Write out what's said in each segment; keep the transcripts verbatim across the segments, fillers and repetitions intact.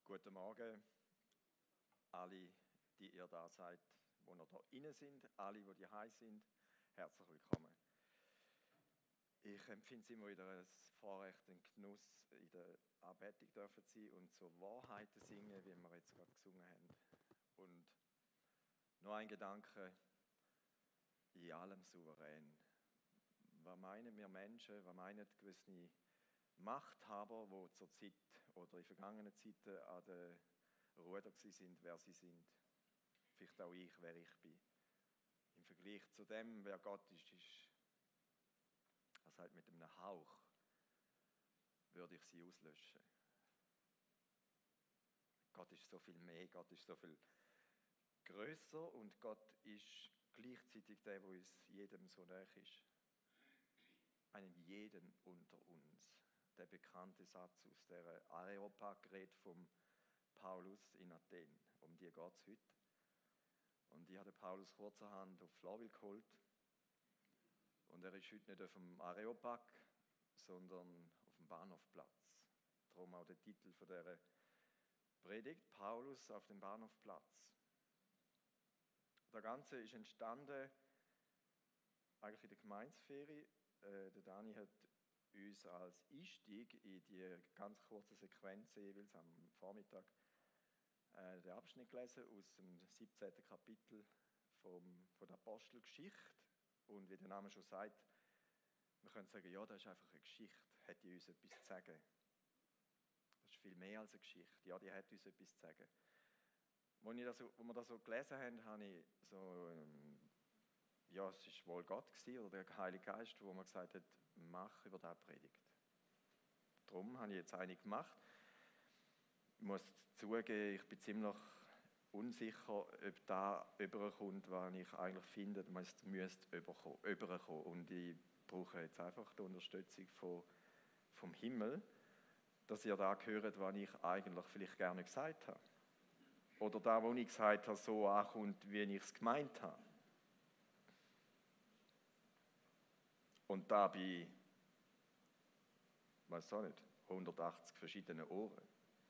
Guten Morgen, alle, die ihr da seid, die noch da innen sind, alle, die daheim sind, herzlich willkommen. Ich empfinde es immer wieder ein Vorrecht, ein Genuss, in der Anbetung dürfen zu sein und so Wahrheiten singen, wie wir jetzt gerade gesungen haben. Und noch ein Gedanke, in allem souverän. Was meinen wir Menschen, was meinen gewisse Machthaber, die zur Zeit oder in vergangenen Zeiten an der Ruder sind, wer sie sind. Vielleicht auch ich, wer ich bin. Im Vergleich zu dem, wer Gott ist, ist, er sagt, mit einem Hauch würde ich sie auslöschen. Gott ist so viel mehr, Gott ist so viel grösser und Gott ist gleichzeitig der, der uns jedem so nahe ist. Einem jeden unter uns. Der bekannte Satz aus der Areopag-Rede von Paulus in Athen. Um die geht es heute. Und ich habe Paulus kurzerhand auf Flawil geholt. Und er ist heute nicht auf dem Areopag, sondern auf dem Bahnhofplatz. Darum auch der Titel von dieser Predigt, Paulus auf dem Bahnhofplatz. Das Ganze ist entstanden eigentlich in der Gemeinsferie. Äh, der Dani hat uns als Einstieg in die ganz kurze Sequenz jeweils am Vormittag äh, den Abschnitt gelesen aus dem siebzehnten Kapitel vom, von der Apostelgeschichte. Und wie der Name schon sagt, wir können sagen, ja, das ist einfach eine Geschichte, hat die uns etwas zu sagen. Das ist viel mehr als eine Geschichte, ja, die hat uns etwas zu sagen. Als, ich das so, als wir das so gelesen haben, habe ich so, ähm, ja, es war wohl Gott gewesen, oder der Heilige Geist, wo mir gesagt hat, mach über diese Predigt. Darum habe ich jetzt eine gemacht. Ich muss zugeben, ich bin ziemlich unsicher, ob das überkommt, was ich eigentlich finde, es müsste überkommen. Und ich brauche jetzt einfach die Unterstützung von, vom Himmel, dass ihr da hört, was ich eigentlich vielleicht gerne gesagt habe. Oder da, wo ich gesagt habe, so ankommt, wie ich es gemeint habe. Und da bei, ich weiß auch nicht, hundertachtzig verschiedenen Ohren.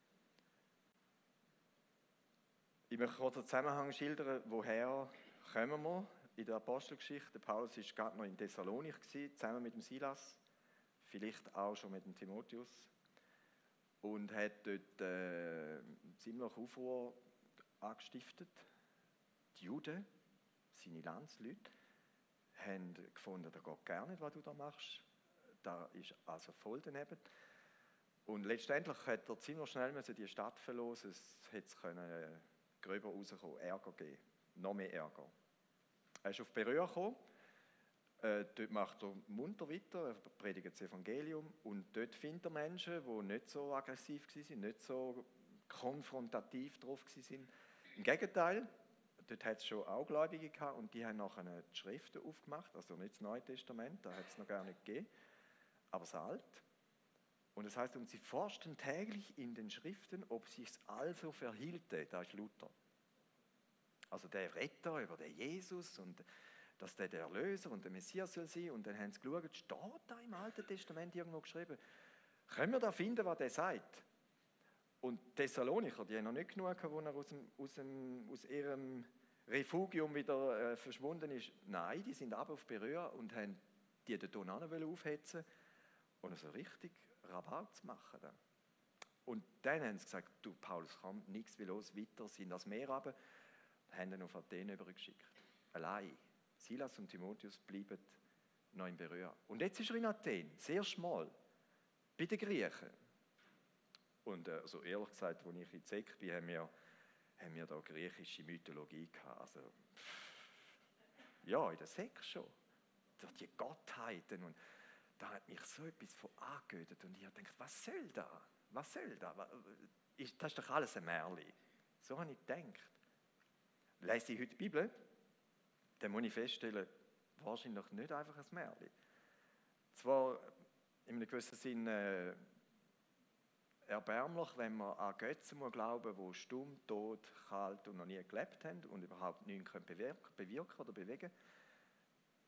Ich möchte kurz einen Zusammenhang schildern, woher kommen wir in der Apostelgeschichte. Paulus war gerade noch in Thessalonik, zusammen mit dem Silas, vielleicht auch schon mit dem Timotheus. Und hat dort äh, ziemlich Aufruhr angestiftet. Die Juden, seine Landsleute, haben gefunden, das geht gar nicht, was du da machst. Da ist also voll daneben. Und letztendlich hat er ziemlich schnell die Stadt verlassen. Es hätte gröber rauskommen, Ärger geben, noch mehr Ärger. Er ist auf Beröa gekommen, äh, dort macht er munter weiter, er predigt das Evangelium und dort findet er Menschen, die nicht so aggressiv waren, nicht so konfrontativ drauf waren. Im Gegenteil, dort hat es schon auch Gläubige gehabt und die haben nachher die Schriften aufgemacht, also nicht das Neue Testament, da hat es noch gar nicht gegeben, aber das Alte. Und das heißt, und sie forschten täglich in den Schriften, ob sich also verhielte, da ist Luther. Also der Retter über den Jesus und dass der der Erlöser und der Messias soll sein. Und dann haben sie geschaut, steht da im Alten Testament irgendwo geschrieben, können wir da finden, was der sagt? Und die Thessalonicher, die haben noch nicht genug gehabt, wo er aus, dem, aus, dem, aus ihrem Refugium wieder äh, verschwunden ist. Nein, die sind aber auf Beröa und haben die dort unten aufhetzen und so richtig Rabatt zu machen. Dann. Und dann haben sie gesagt, du Paulus, komm, nichts wie los, weiter, sind das Meer runter, haben ihn auf Athen übergeschickt. Allein. Silas und Timotheus bleiben noch in Beröa. Und jetzt ist er in Athen, sehr schmal, bei den Griechen. Und äh, also ehrlich gesagt, als ich in Zek bin, haben wir, haben wir da griechische Mythologie gehabt. Also, pff, ja, in der Sek schon. Durch die Gottheiten. Und da hat mich so etwas von angehört. Und ich habe gedacht, was soll da? Was soll da? Das ist doch alles ein Märchen. So habe ich gedacht. Lese ich heute die Bibel, dann muss ich feststellen, wahrscheinlich nicht einfach ein Märchen. Zwar in einem gewissen Sinn äh, erbärmlich, wenn man an Götzen muss glauben, die stumm, tot, kalt und noch nie gelebt haben und überhaupt nichts bewirken, bewirken oder bewegen.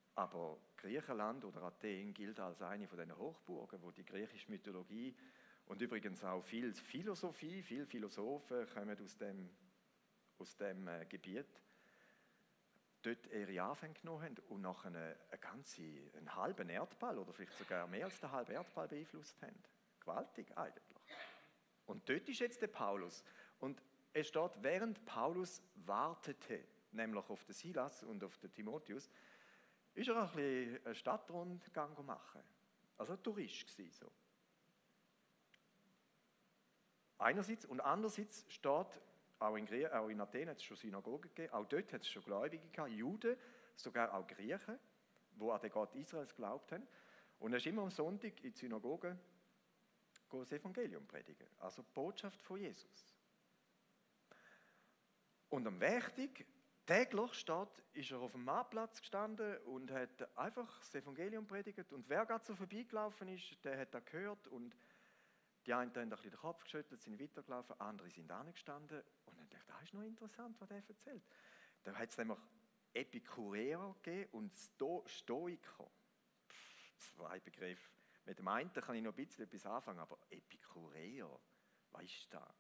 Aber Griechenland oder Athen gilt als eine von diesen Hochburgen, wo die griechische Mythologie Und übrigens auch viel Philosophie, viele Philosophen kommen aus dem, aus dem äh, Gebiet, dort ihre Anfänge genommen haben und nachher einen, einen ganzen, einen halben Erdball oder vielleicht sogar mehr als den halben Erdball beeinflusst haben. Gewaltig eigentlich. Und dort ist jetzt der Paulus. Und es steht, während Paulus wartete, nämlich auf den Silas und auf den Timotheus, ist er ein bisschen einen Stadtrundgang machen. Also ein Tourist war so. Einerseits und andererseits steht, auch in, Grie- auch in Athen hat es schon Synagogen gegeben, auch dort hat es schon Gläubige gehabt, Juden, sogar auch Griechen, die an den Gott Israels geglaubt haben. Und er ist immer am Sonntag in die Synagoge das Evangelium predigen, also die Botschaft von Jesus. Und am Wächtig, täglich steht, ist er auf dem Marktplatz gestanden und hat einfach das Evangelium predigt. Und wer gerade so vorbeigelaufen ist, der hat das gehört. Und die einen haben ein bisschen den Kopf geschüttelt, sind weitergelaufen, andere sind angestanden. Und dann dachte ich, das ist noch interessant, was er erzählt. Da hat es nämlich Epikureer gegeben und Sto- Stoiker. Pff, zwei Begriffe. Mit dem einen kann ich noch ein bisschen etwas anfangen, aber Epikureer, was ist das?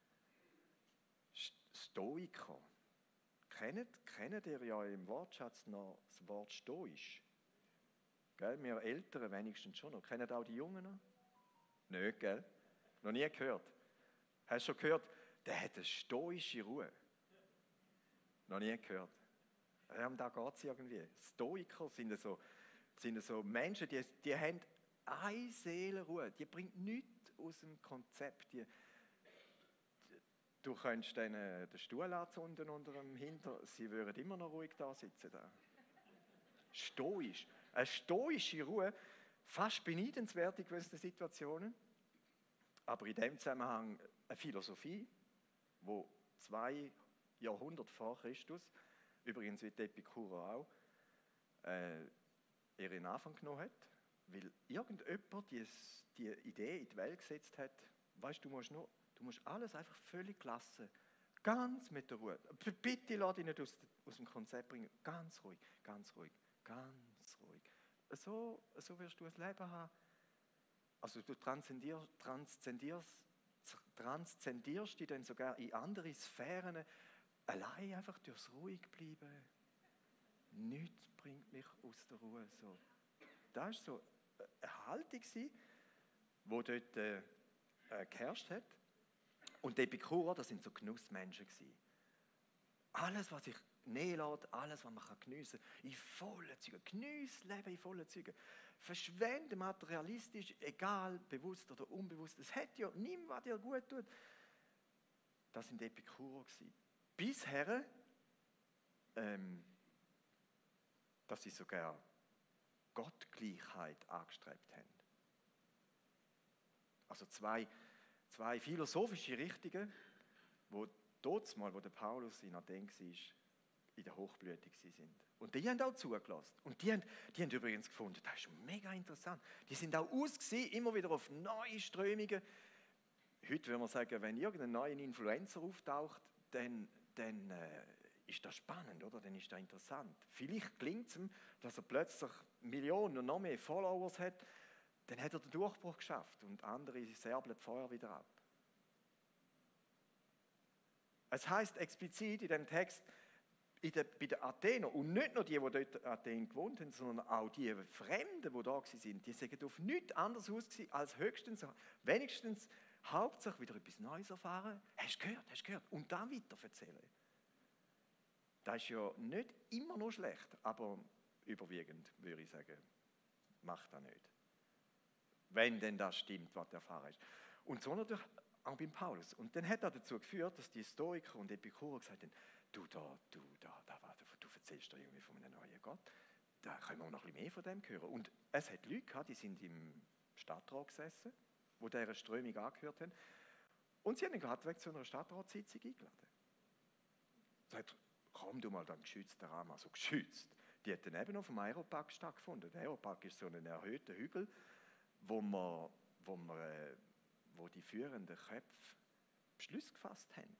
Stoiker. Kennt, kennt ihr ja im Wortschatz noch das Wort stoisch? Gell? Wir Älteren wenigstens schon noch. Kennen auch die Jungen noch? Nicht, gell? Noch nie gehört. Hast du schon gehört? Der hat eine stoische Ruhe. Noch nie gehört. Ja, um da geht es irgendwie. Stoiker sind so, sind so Menschen, die, die haben eine Seelenruhe. Die bringt nichts aus dem Konzept. Die, Du könntest denen den Stuhl anzünden unter dem Hinter, sie würden immer noch ruhig da sitzen. Da. Stoisch. Eine stoische Ruhe, fast beneidenswert in gewissen Situationen, aber in dem Zusammenhang eine Philosophie, die zwei Jahrhunderte vor Christus, übrigens wie die Epikurer auch, äh, ihren Anfang genommen hat, weil irgendjemand die, die Idee in die Welt gesetzt hat, weißt du, du musst nur Du musst alles einfach völlig lassen. Ganz mit der Ruhe. Bitte lass dich nicht aus, aus dem Konzept bringen. Ganz ruhig, ganz ruhig, ganz ruhig. So, so wirst du ein Leben haben. Also du transzendierst, transzendierst, transzendierst dich dann sogar in andere Sphären. Allein einfach durchs ruhig bleiben. Nichts bringt mich aus der Ruhe. So. Das war so eine Haltung, die dort äh, geherrscht hat. Und die Epikurer, das sind so Genussmenschen gewesen. Alles, was sich nehmen lässt, alles, was man geniessen kann, in vollen Zügen. Geniess Leben in vollen Zügen. Verschwende materialistisch, egal, bewusst oder unbewusst. Es hat ja niemand, was dir gut tut. Das sind die Epikurer gewesen. Bisher, ähm, dass sie sogar Gottgleichheit angestrebt haben. Also zwei Zwei philosophische Richtungen, wo dort mal, wo der Paulus in Athen war, in der Hochblüte sind. Und die haben auch zugelassen. Und die haben, die haben übrigens gefunden, das ist mega interessant. Die sind auch ausgesehen, immer wieder auf neue Strömungen. Heute würde man sagen, wenn irgendein neuer Influencer auftaucht, dann, dann äh, ist das spannend, oder? Dann ist das interessant. Vielleicht gelingt es ihm, dass er plötzlich Millionen und noch mehr Followers hat. Dann hat er den Durchbruch geschafft und andere särbeln die Feuer wieder ab. Es heißt explizit in dem Text, in der, bei den Athenern, und nicht nur die, die dort in Athen gewohnt haben, sondern auch die Fremden, die da waren, die sind auf nichts anderes aus als höchstens, wenigstens, hauptsächlich wieder etwas Neues erfahren. Hast du gehört, hast du gehört? Und dann weiter erzählen. Das ist ja nicht immer nur schlecht, aber überwiegend, würde ich sagen, macht das nicht. Wenn denn das stimmt, was der erfahren ist. Und so natürlich auch beim Paulus. Und dann hat er dazu geführt, dass die Stoiker und Epikurer gesagt haben, du da, du da, da du erzählst da irgendwie von einem neuen Gott, da können wir noch ein bisschen mehr von dem hören. Und es hat Leute gehabt, die sind im Stadtrat gesessen, die dieser Strömung angehört haben. Und sie haben ihn gerade zu einer Stadtratssitzung eingeladen. Er sagt, komm du mal da im geschützten Rahmen, also geschützt. Die hat dann eben auf dem Aeropark stattgefunden. Der Aeropark ist so ein erhöhter Hügel, wo, man, wo, man, äh, wo die führenden Köpfe Beschlüsse gefasst haben.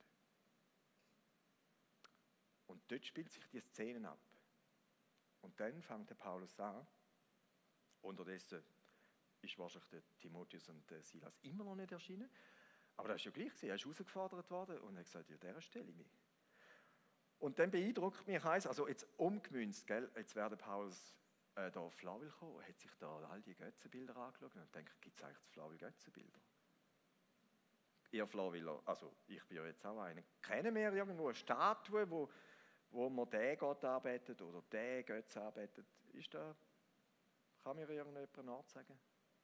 Und dort spielt sich die Szene ab. Und dann fängt der Paulus an, unterdessen ist wahrscheinlich der Timotheus und der Silas immer noch nicht erschienen. Aber das war ja gleich, er ist herausgefordert worden und hat gesagt, ja, dieser stelle ich mich. Und dann beeindruckt mich eins, also jetzt umgemünzt, gell, jetzt wäre Paulus äh, da auf Flawil gekommen und hat sich da all die Götzenbilder angeschaut und denkt, gibt es eigentlich das Flawil Götzenbilder? Ihr Flawiler, also ich bin ja jetzt auch einer, kennen wir irgendwo eine Statue, wo, wo man den Gott arbeitet oder den Götz arbeitet? Ist da, kann mir irgendjemand nachsagen?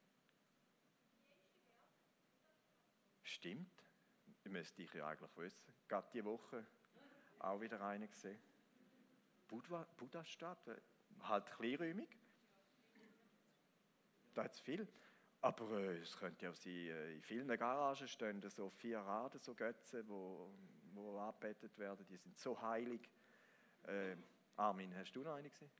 Stimmt, müsste ich ja eigentlich wissen. Gerade diese Woche auch wieder eine gesehen. Buddha-Statue, halt kleinräumig. Da hat es viel. Aber äh, es könnte ja auch sein, äh, in vielen Garagen stehen so vier Raden, so Götzen, die wo, wo angebetet werden. Die sind so heilig. Äh, Armin, hast du noch eine gesehen?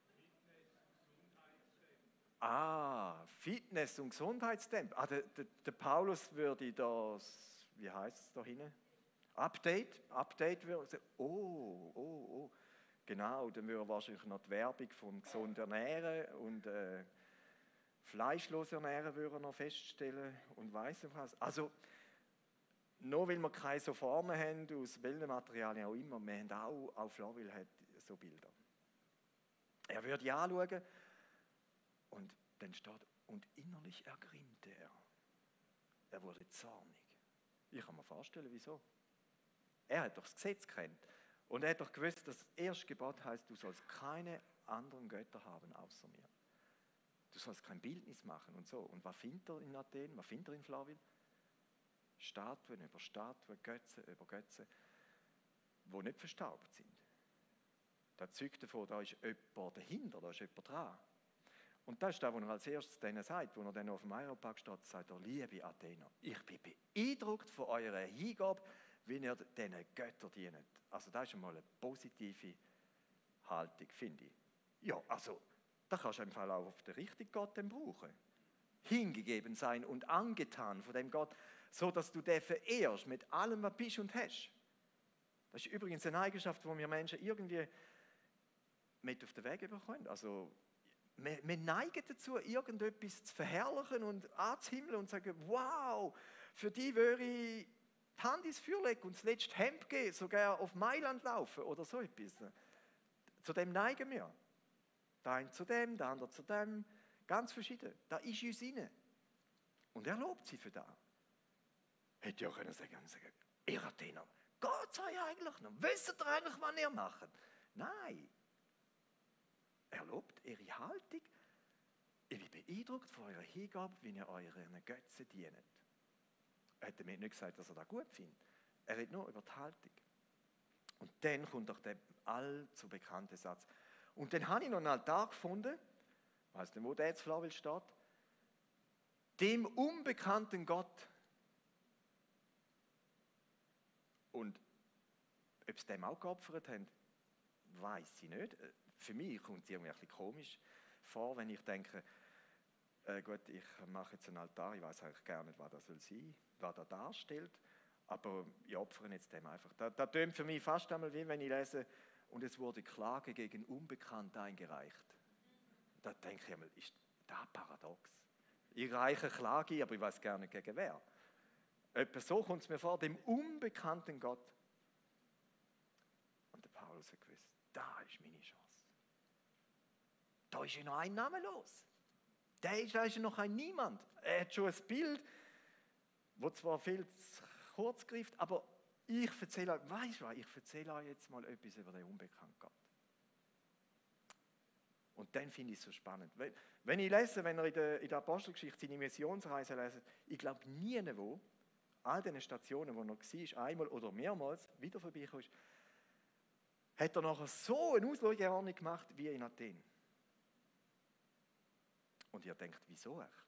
Ah, Fitness- und Gesundheitstempel. Ah, der, der, der Paulus würde das, wie heißt es da hinten? Update, Update würde oh, oh, oh, genau, dann würde er wahrscheinlich noch die Werbung vom gesund ernähren und äh, fleischlos ernähren würde er noch feststellen und weiss nicht was. Also, nur weil wir keine so Formen haben, aus welchen Materialien auch immer, wir haben auch, auch Flawil hat so Bilder. Er würde die anschauen und dann steht, und innerlich ergrimmte er. Er wurde zornig. Ich kann mir vorstellen, wieso. Er hat doch das Gesetz gekannt. Und er hat doch gewusst, dass das erste Gebot heißt, du sollst keine anderen Götter haben außer mir. Du sollst kein Bildnis machen und so. Und was findet er in Athen? Was findet er in Flawil? Statuen über Statuen, Götzen über Götzen, die nicht verstaubt sind. Das zeugt davon, da ist jemand dahinter, da ist jemand dran. Und das ist das, was er als erstes denen sagt, wo er dann auf dem Aeropark steht, sagt er, liebe Athener, ich bin beeindruckt von eurer Hingabe, wie ihr diesen Göttern dient. Also das ist einmal eine positive Haltung, finde ich. Ja, also, da kannst du im Fall auch auf den richtigen Gott brauchen. Hingegeben sein und angetan von dem Gott, so dass du den verehrst mit allem, was du bist und hast. Das ist übrigens eine Eigenschaft, die wir Menschen irgendwie mit auf den Weg bekommen. Also, wir, wir neigen dazu, irgendetwas zu verherrlichen und anzuhimmeln und zu sagen, wow, für die würde ich die Hand ins Feuer legen und das letzte Hemd geben, sogar auf Mailand laufen oder so etwas. Zu dem neigen wir. Der eine zu dem, der andere zu dem, ganz verschieden. Da ist uns rein. Und er lobt sie für das. Hätte ja auch können sagen, sagen, ihr Athener, geht's euch eigentlich noch? Wisst ihr eigentlich, was ihr macht? Nein. Er lobt ihre Haltung. Ich bin beeindruckt von eurer Hingabe, wie ihr euren Götzen dient. Er hat damit nicht gesagt, dass er das gut findet. Er redet nur über die Haltung. Und dann kommt auch der allzu bekannte Satz. Und dann habe ich noch einen Altar gefunden, ich weiss nicht, wo der jetzt Flawil steht, dem unbekannten Gott. Und ob sie dem auch geopfert haben, weiss ich nicht. Für mich kommt es irgendwie ein bisschen komisch vor, wenn ich denke, äh, gut, ich mache jetzt einen Altar, ich weiß eigentlich gar nicht, was das soll sein, was das darstellt, aber ich opfere jetzt dem einfach. Das, das tönt für mich fast einmal wie wenn ich lese, und es wurde Klage gegen Unbekannt eingereicht. Da denke ich einmal, ist das paradox? Ich reiche Klage, aber ich weiß gar nicht gegen wer. Etwa so kommt es mir vor, dem unbekannten Gott. Und der Paulus hat gewusst, da ist meine Chance. Da ist ja noch ein Name los. Da ist, da ist ja noch ein Niemand. Er hat schon ein Bild, das zwar viel zu kurz greift, aber ich erzähle euch, weißt du was, ich erzähle euch jetzt mal etwas über den unbekannten Gott. Und dann finde ich es so spannend. Wenn ich lese, wenn ihr in der, in der Apostelgeschichte seine Missionsreise lesen, ich glaube nie wo, all diesen Stationen, wo er war, einmal oder mehrmals wieder vorbeigekommen ist, hat er nachher so eine Auslegeordnung gemacht wie in Athen. Und ihr denkt, wieso echt?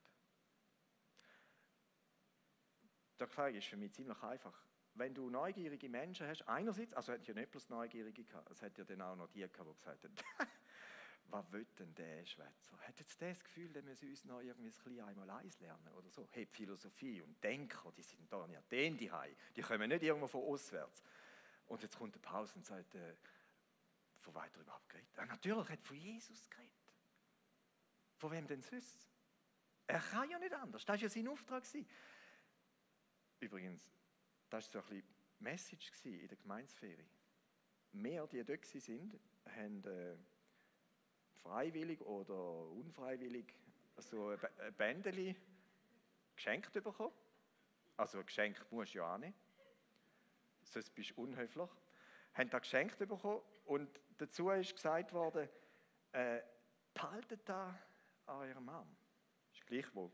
Der Frage ist für mich ziemlich einfach. Wenn du neugierige Menschen hast, einerseits, also hat ja nicht bloß Neugierige gehabt, es hat ja dann auch noch die gehabt, die gesagt haben, was will denn der Schwätzer? Hat jetzt das Gefühl, der müsse uns noch irgendwie ein bisschen einmal eins lernen oder so? Hey, Philosophie und Denker, die sind da in Athen die Hause, die kommen nicht irgendwo von auswärts. Und jetzt kommt der Paulus und sagt, äh, von weiter überhaupt geredet? Ja, natürlich hat von Jesus geredet. Von wem denn sonst? Er kann ja nicht anders. Das war ja sein Auftrag. Übrigens, das war so ein bisschen die Message in der Gemeinsferie. Mehr, die dort waren, haben äh, freiwillig oder unfreiwillig so ein Bändeli geschenkt bekommen. Also ein Geschenk musst du ja auch nicht. Sonst bist du unhöflich. Haben das geschenkt bekommen und dazu ist gesagt worden, äh, behaltet das an eurem Arm. Ist gleich wo.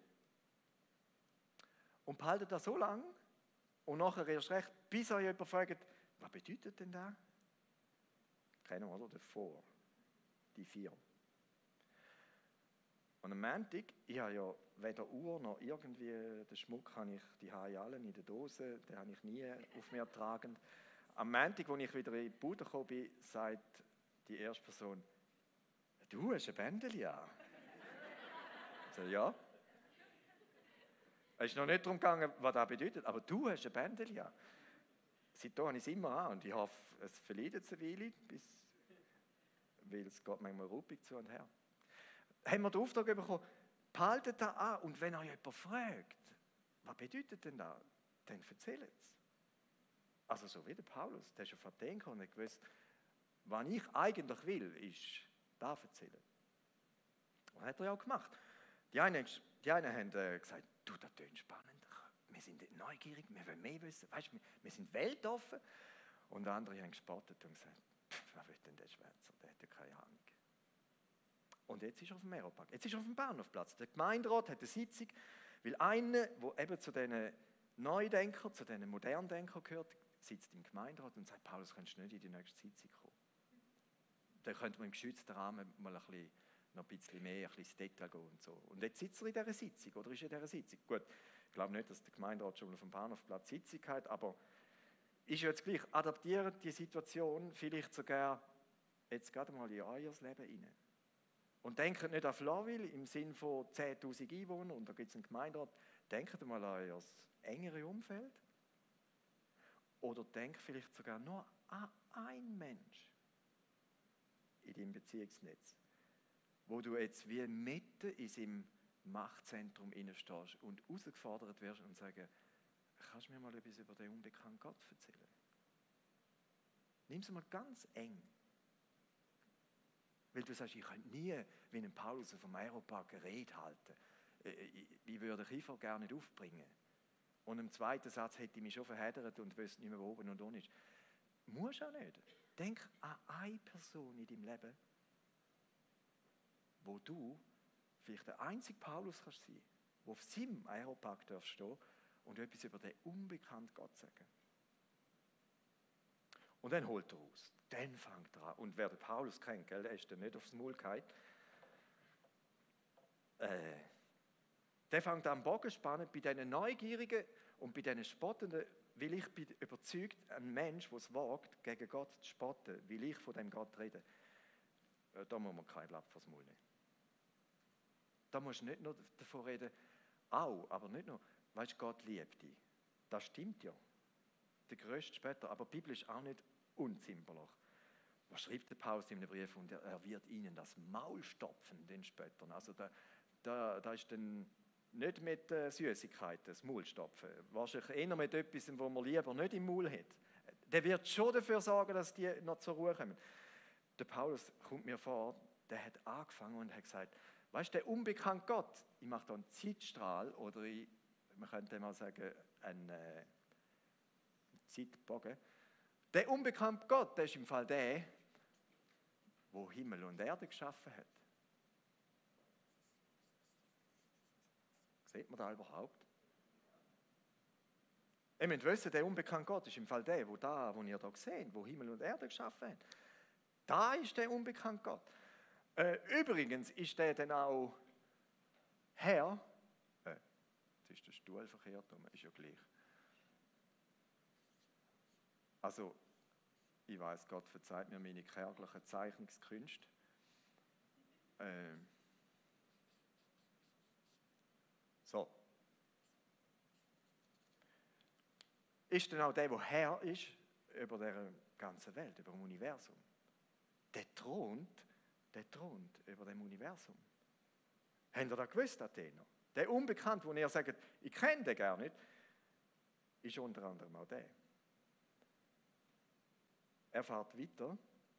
Und behaltet das so lange und nachher erst recht, bis euch jemand fragt, was bedeutet denn das? Kennen wir, oder? Der Four. Die vier. Und am Montag, ich habe ja weder Uhr noch irgendwie, den Schmuck habe ich, die habe ich alle in der Dose, den habe ich nie auf mir tragend. Am Montag, als ich wieder in die Bude gekommen bin, sagt die erste Person, du hast ein Bändeli an. Ich sage, ja. Es ist noch nicht darum gegangen, was das bedeutet, aber du hast ein Bändeli an. Seitdem habe ich es immer an und ich hoffe, es verleidet eine Weile, bis, weil es geht manchmal ruppig zu und her. Haben wir den Auftrag bekommen, behaltet das an und wenn euch jemand fragt, was bedeutet denn das, dann erzählt es. Also so wie der Paulus, der ist auf Athen gekommen und hat gewusst, was ich eigentlich will, ist das erzählen. Und das hat er ja auch gemacht. Die einen, die einen haben äh, gesagt, du, das klingt spannend, wir sind neugierig, wir wollen mehr wissen, weißt, wir, wir sind weltoffen. Und andere haben gespottet und gesagt, was will denn der Schweizer, der hat ja keine Ahnung. Und jetzt ist er auf dem Aeropark, jetzt ist er auf dem Bahnhofplatz. Der Gemeinderat hat eine Sitzung, weil einer, der eben zu diesen Neudenkern, zu diesen Moderndenkern gehört, sitzt im Gemeinderat und sagt, Paulus, kannst du nicht in die nächste Sitzung kommen? Dann könnte man im geschützten Rahmen mal ein bisschen, noch ein bisschen mehr, ein bisschen ins Detail gehen und so. Und jetzt sitzt er in dieser Sitzung, oder ist er in dieser Sitzung? Gut, ich glaube nicht, dass der Gemeinderat schon auf dem Bahnhofplatz Sitzung hat, aber ist ja jetzt gleich, adaptiert die Situation vielleicht sogar jetzt gerade mal in euer Leben hinein. Und denkt nicht an Flawil im Sinne von zehntausend Einwohnern und da gibt es einen Gemeinderat. Denkt mal an euer engere Umfeld. Oder denkt vielleicht sogar nur an einen Mensch in deinem Beziehungsnetz, wo du jetzt wie mitten in seinem Machtzentrum stehst und herausgefordert wirst und sagst, kannst du mir mal etwas über den unbekannten Gott erzählen? Nimm es mal ganz eng. Weil du sagst, ich könnte nie, wie ein Paulus auf dem Aeropark eine Rede halten. Ich würde den Kiefer gar nicht aufbringen. Und im zweiten Satz hätte ich mich schon verheddert und wüsste nicht mehr, wo oben und unten ist. Muss auch nicht. Denk an eine Person in deinem Leben, wo du vielleicht der einzige Paulus kannst sein, der auf seinem Aeropark darf stehen und etwas über den unbekannten Gott sagen. Und dann holt er aus. Dann fängt er an. Und wer den Paulus kennt, gell, der ist dann nicht aufs Maul gefallen. Äh, der fängt an Bogen spannen bei diesen Neugierigen und bei diesen Spottenden, weil ich bin überzeugt, ein Mensch, der es wagt, gegen Gott zu spotten, will ich von dem Gott reden, äh, da muss man kein Blatt vors Maul nehmen. Da musst du nicht nur davon reden, auch, aber nicht nur, weißt du, Gott liebt dich. Das stimmt ja. Der Größte später, aber die Bibel ist auch nicht unzimperlich. Was schreibt der Paulus in einem Brief? Und er wird ihnen das Maul stopfen, den Spöttern. Also da, da, da ist dann nicht mit äh, Süßigkeiten das Maul stopfen. Wahrscheinlich eher mit etwas, was man lieber nicht im Maul hat. Der wird schon dafür sorgen, dass die noch zur Ruhe kommen. Der Paulus kommt mir vor, der hat angefangen und hat gesagt, weißt du, der unbekannte Gott, ich mache da einen Zeitstrahl oder ich, man könnte mal sagen, einen äh, Zeitbogen. Der unbekannte Gott, der ist im Fall der, wo Himmel und Erde geschaffen hat. Sieht man da überhaupt? Ihr müsst wissen, der unbekannte Gott ist im Fall der, wo da, wo ihr da seht, wo Himmel und Erde geschaffen hat. Da ist der unbekannte Gott. Äh, übrigens ist der dann auch Herr. Äh, jetzt ist der Stuhl verkehrt, ist ja gleich. Also, ich weiß, Gott verzeiht mir meine kärglichen Zeichnungskünste. Äh, so. Ist dann auch der, der Herr ist über der ganzen Welt, über dem Universum. Der thront, der thront über dem Universum. Habt ihr das gewusst, Athener? Der Unbekannte, wo ihr sagt, ich kenne den gar nicht, ist unter anderem auch der. Er fährt weiter.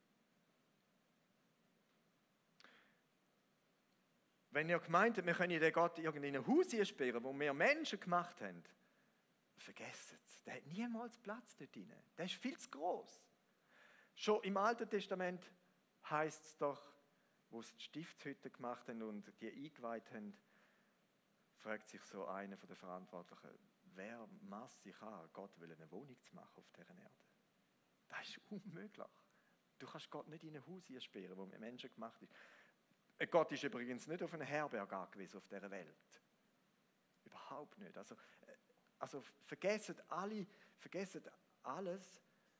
Wenn ihr gemeint habt, wir können den Gott irgendwie in ein Haus einsperren, wo wir Menschen gemacht haben, vergesst es. Der hat niemals Platz dort drin. Der ist viel zu groß. Schon im Alten Testament heißt es doch, wo sie die Stiftshütte gemacht haben und die eingeweiht haben, fragt sich so einer von den Verantwortlichen, wer maßt sich an, Gott will eine Wohnung zu machen auf dieser Erde? Das ist unmöglich. Du kannst Gott nicht in ein Haus einsperren, wo mit Menschen gemacht ist. Gott ist übrigens nicht auf eine Herberge angewiesen auf dieser Welt. Überhaupt nicht. Also, also vergessen alle, vergessen alles.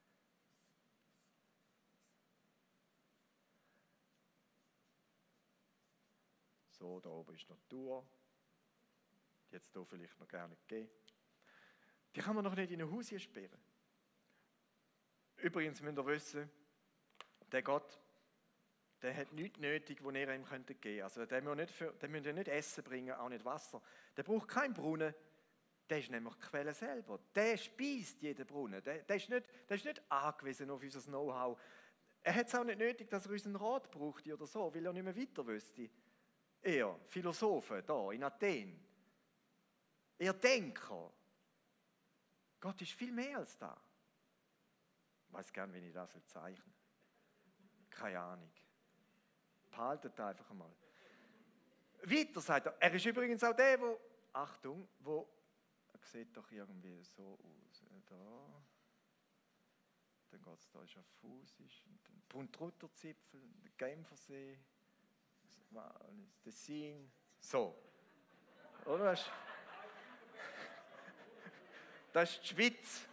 So, da oben ist noch die Tour. Die jetzt hier vielleicht noch gerne gehen. Die kann man noch nicht in ein Haus einsperren. Übrigens müsst ihr wissen, der Gott, der hat nichts nötig, was ihr ihm geben könnt. Also der muss nicht, für, der müsst ihr nicht Essen bringen, auch nicht Wasser. Der braucht keinen Brunnen, der ist nämlich die Quelle selber. Der speist jeden Brunnen. Der, der, ist nicht, der ist nicht angewiesen auf unser Know-how. Er hat es auch nicht nötig, dass er unseren Rat braucht oder so, weil er nicht mehr weiter wüsste. Er, Philosophen da in Athen. Er Denker. Gott ist viel mehr als das. Ich weiß gern, wie ich das zeichne. Keine Ahnung. Behaltet einfach einmal. Weiter sagt er, er ist übrigens auch der, wo, Achtung, wo, er sieht doch irgendwie so aus. Da, dann geht es da, ist auf Fuß, dann Puntrutterzipfel, der Genfersee, das Tessin, so. Oder? Das ist, das ist die Schweiz.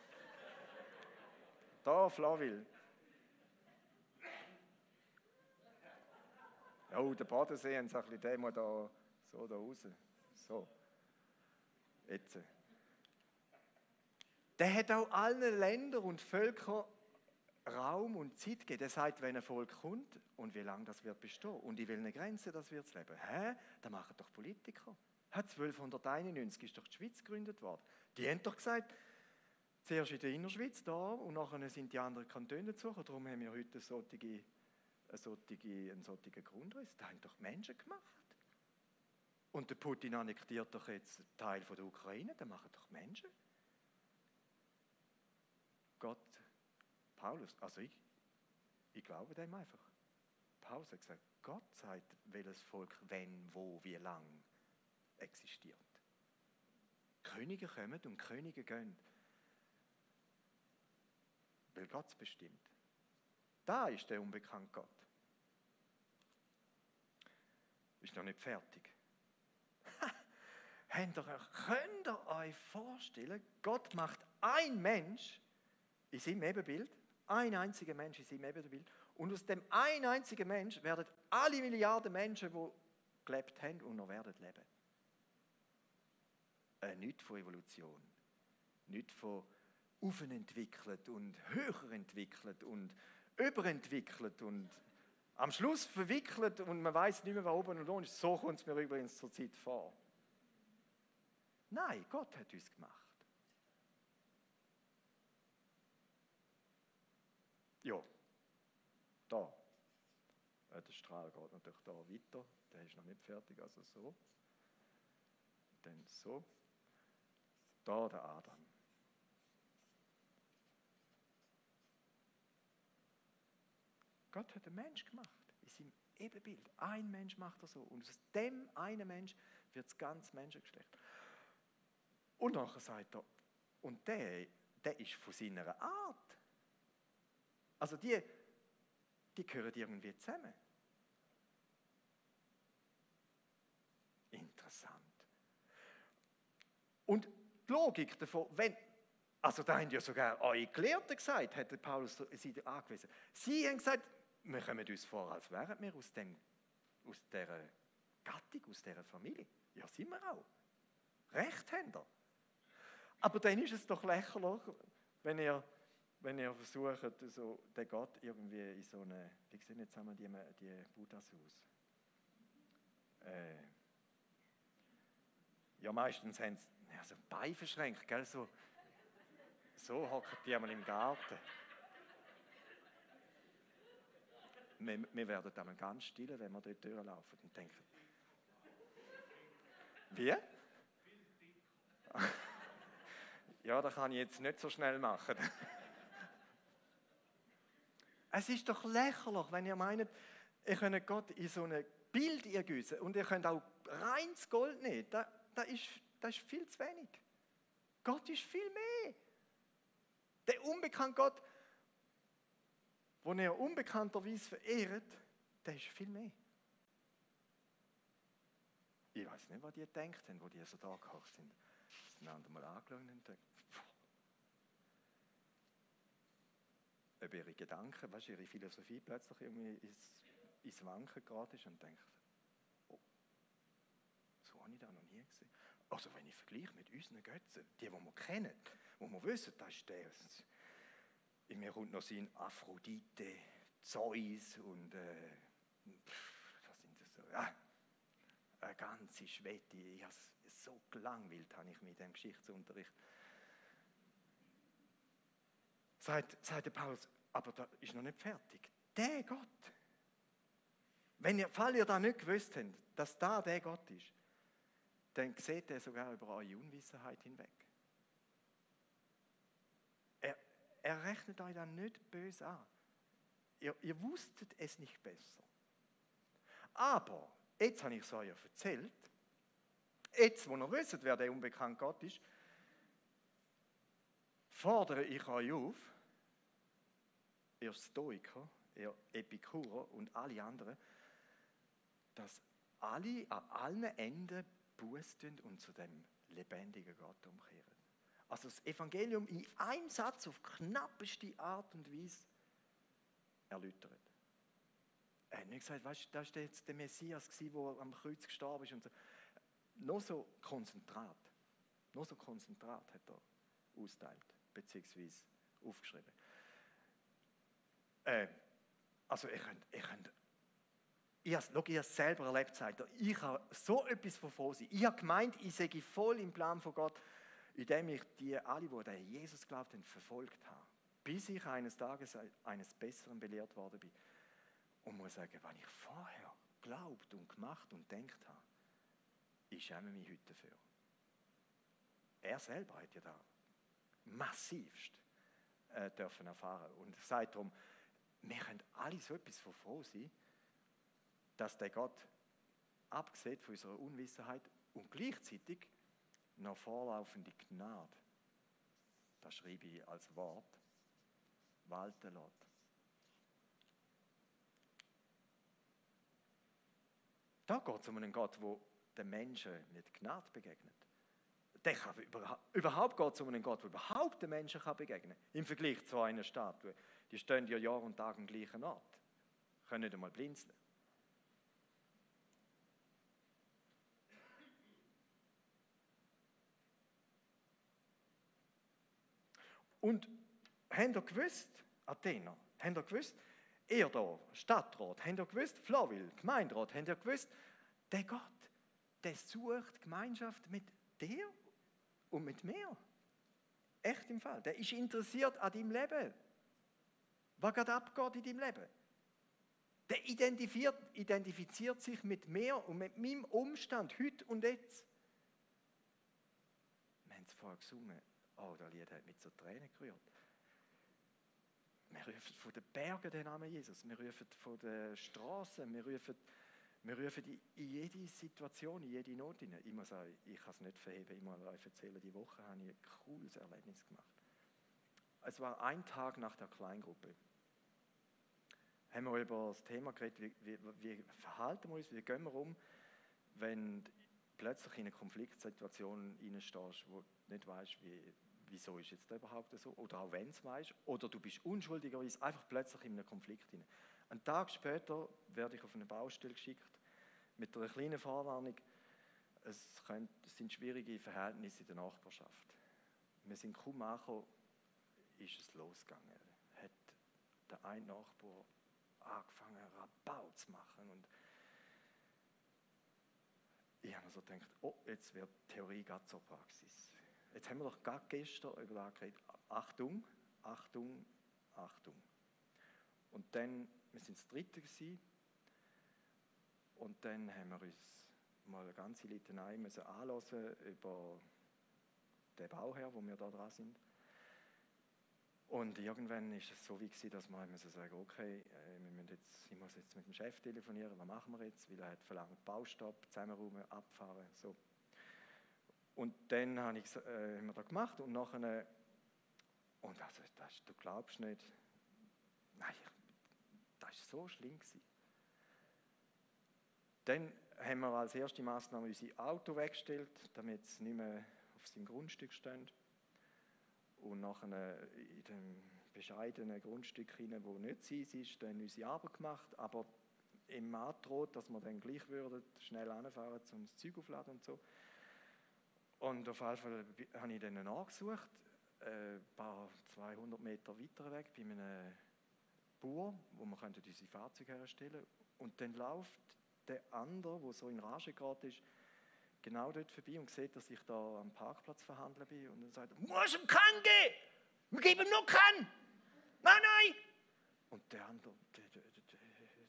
Da, Flawil. Oh, der Bodensee haben sie ein bisschen Demo da, so da raus. So. Jetzt. Der hat auch allen Ländern und Völkern Raum und Zeit gegeben. Der sagt, wenn ein Volk kommt und wie lange das wird bestehen und in welchen Grenzen das wird leben. Hä? Das machen doch Politiker. zwölfhunderteinundneunzig ist doch die Schweiz gegründet worden. Die haben doch gesagt, zuerst in der Innerschweiz da und nachher sind die anderen Kantone dazu. Darum haben wir heute solche, eine solche, einen solchen Grundriss. Das haben doch Menschen gemacht. Und der Putin annektiert doch jetzt einen Teil von der Ukraine. Das machen doch Menschen. Gott, Paulus, also ich, ich glaube dem einfach. Paulus hat gesagt, Gott sagt, welches Volk, wenn, wo, wie lang existiert. Könige kommen und Könige gehen. Weil Gott es bestimmt. Da ist der unbekannte Gott. Ist noch nicht fertig. Könnt ihr euch vorstellen, Gott macht ein Mensch in seinem Ebenbild, ein einziger Mensch in seinem Ebenbild, und aus dem ein einzigen Mensch werden alle Milliarden Menschen, die gelebt haben und noch werden leben. Äh, nicht von Evolution, nicht von aufentwickelt und höher entwickelt und überentwickelt und am Schluss verwickelt und man weiß nicht mehr, was oben und unten ist. So kommt es mir übrigens zur Zeit vor. Nein, Gott hat uns gemacht. Ja, da. Der Strahl geht natürlich da weiter. Der ist noch nicht fertig, also so. Dann so. Da der Adam. Gott hat einen Mensch gemacht, in seinem Ebenbild. Ein Mensch macht er so. Und aus dem einen Mensch wird das ganze Menschengeschlecht. Und nachher sagt er, und der, der ist von seiner Art. Also die, die gehören irgendwie zusammen. Interessant. Und die Logik davon, wenn, also da haben ja sogar eure Gelehrten gesagt, hat der Paulus sie angewiesen. Sie haben gesagt, wir kommen uns vor, als wären wir aus, dem, aus dieser Gattung, aus dieser Familie. Ja, sind wir auch. Recht haben wir. Aber dann ist es doch lächerlich, wenn ihr, wenn ihr versucht, so, den Gott irgendwie in so eine, wie sehen jetzt einmal die, die Buddhas aus? Äh, Ja, meistens haben sie ja, so Beine verschränkt, gell? So, so hocken die einmal im Garten. Wir, wir werden einmal ganz still, wenn wir dort durchlaufen und denken, wie? Ja, das kann ich jetzt nicht so schnell machen. Es ist doch lächerlich, wenn ihr meint, ihr könnt Gott in so ein Bild ergießen und ihr könnt auch reines Gold nehmen. Das, das, ist, das ist viel zu wenig. Gott ist viel mehr. Der unbekannte Gott, den ihr unbekannterweise verehrt, der ist viel mehr. Ich weiß nicht, was die gedacht haben, wo die so da gehockt sind. Sie haben einander mal angeschaut und gedacht, ob ihre Gedanken, weißt, ihre Philosophie plötzlich irgendwie ins, ins Wanken geraten ist und denkt, oh, so habe ich das noch nie gesehen. Also wenn ich vergleiche mit unseren Götzen, die, die wir kennen, wo wir wissen, das ist der, in mir kommt noch sein Aphrodite, Zeus und äh, was sind das so, ja, eine ganze Schwette. Ich habe es so gelangweilt, habe ich mit dem Geschichtsunterricht. Sagt, sagt der Paulus, aber das ist noch nicht fertig. Der Gott. Wenn ihr, falls ihr da nicht gewusst habt, dass da der Gott ist, dann seht ihr sogar über eure Unwissenheit hinweg. Er, er rechnet euch dann nicht böse an. Ihr, ihr wusstet es nicht besser. Aber, jetzt habe ich es euch erzählt, jetzt, wo ihr wisst, wer der unbekannte Gott ist, fordere ich euch auf, ihr Stoiker, ihr Epikurer und alle anderen, dass alle an allen Enden Buße tun und zu dem lebendigen Gott umkehren. Also das Evangelium in einem Satz auf knappeste Art und Weise erläutert. Er hat nicht gesagt, weißt du, das war jetzt der Messias, der am Kreuz gestorben ist. Und so. Nur so konzentrat, nur so konzentrat hat er austeilt, beziehungsweise aufgeschrieben. Äh, also ich könnt, ich könnt, ich habe es selber erlebt, sagt er, ich habe so etwas von froh sein. Ich habe gemeint, ich sei voll im Plan von Gott, indem ich die alle, die an Jesus glaubt haben, verfolgt habe. Bis ich eines Tages eines Besseren belehrt worden bin. Und muss sagen, was ich vorher geglaubt und gemacht und gedacht habe, ich schäme mich heute dafür. Er selber hat ja da massivst äh, dürfen erfahren. Und er sagt darum, wir können alle so etwas von froh sein, dass der Gott, abgesehen von unserer Unwissenheit und gleichzeitig noch vorlaufende Gnade, das schreibe ich als Wort, walten lässt. Da geht es um einen Gott, der den Menschen mit Gnade begegnet. Der kann überhaupt, überhaupt geht es um einen Gott, der überhaupt den Menschen kann begegnen kann. Im Vergleich zu einer Statue. Die stehen ja Jahr und Tag am gleichen Ort. Können nicht einmal blinzeln. Und habt ihr gewusst, Athener, habt ihr gewusst, ihr da, Stadtrat, habt ihr gewusst, Flawil, Gemeinderat, habt ihr gewusst, der Gott, der sucht Gemeinschaft mit dir und mit mir. Echt im Fall. Der ist interessiert an deinem Leben. Was gerade abgeht in deinem Leben. Der identifiziert, identifiziert sich mit mir und mit meinem Umstand, heute und jetzt. Wir haben es vorher gesungen. Oh, das Lied hat mich zu Tränen gerührt. Wir rufen von den Bergen den Namen Jesus. Wir rufen von den Straßen. Wir rufen, wir rufen in jede Situation, in jede Not hinein. Ich muss sagen, ich kann es nicht verheben. Ich muss euch erzählen, diese Woche habe ich ein cooles Erlebnis gemacht. Es war ein Tag nach der Kleingruppe. Haben wir über das Thema geredet, wie, wie, wie verhalten wir uns, wie gehen wir um, wenn plötzlich in eine Konfliktsituation reinstehst, wo du nicht weißt, wie, wieso ist jetzt da überhaupt so, oder auch wenn du es weißt, oder du bist unschuldigerweise einfach plötzlich in einem Konflikt hinein. Einen Tag später werde ich auf eine Baustelle geschickt, mit einer kleinen Vorwarnung, es, könnte, es sind schwierige Verhältnisse in der Nachbarschaft. Wir sind kaum angekommen, ist es losgegangen. Hat der eine Nachbar angefangen, Rabau zu machen und ich habe mir so gedacht, oh, jetzt wird Theorie gerade zur Praxis. Jetzt haben wir doch gerade gestern über das geredet. Achtung, Achtung, Achtung. Und dann, wir sind das Dritte gewesen, und dann haben wir uns mal eine ganze Litanei müssen anhören über den Bauherr, wo wir da dran sind. Und irgendwann ist es so wie gewesen, dass wir müssen sagen, okay, wir müssen jetzt, ich muss jetzt mit dem Chef telefonieren, was machen wir jetzt? Weil er hat verlangt, Baustopp, zusammenräumen, abfahren, so. Und dann habe ich, äh, haben wir das gemacht und nachher, und also, das, du glaubst nicht, nein, das war so schlimm gewesen. Dann haben wir als erste Massnahme unser Auto weggestellt, damit es nicht mehr auf seinem Grundstück steht. Und nachher in dem bescheidenen Grundstück hinein, wo nicht sein ist, dann unsere Arbeit gemacht, aber im Androht, dass wir dann gleich würden, schnell anfahren, um das Zeug aufzuladen und so. Und auf jeden Fall habe ich dann nachgesucht, äh, ein paar zweihundert Meter weiter weg, bei einem Bauer, wo wir unsere Fahrzeuge herstellen können. Und dann läuft der andere, der so in Rage geraten ist, genau dort vorbei und sieht, dass ich da am Parkplatz verhandeln bin. Und dann sagt er, muss ihm keinen geben! Wir geben ihm noch keinen! Nein, nein! Und der andere, der, der, der, der,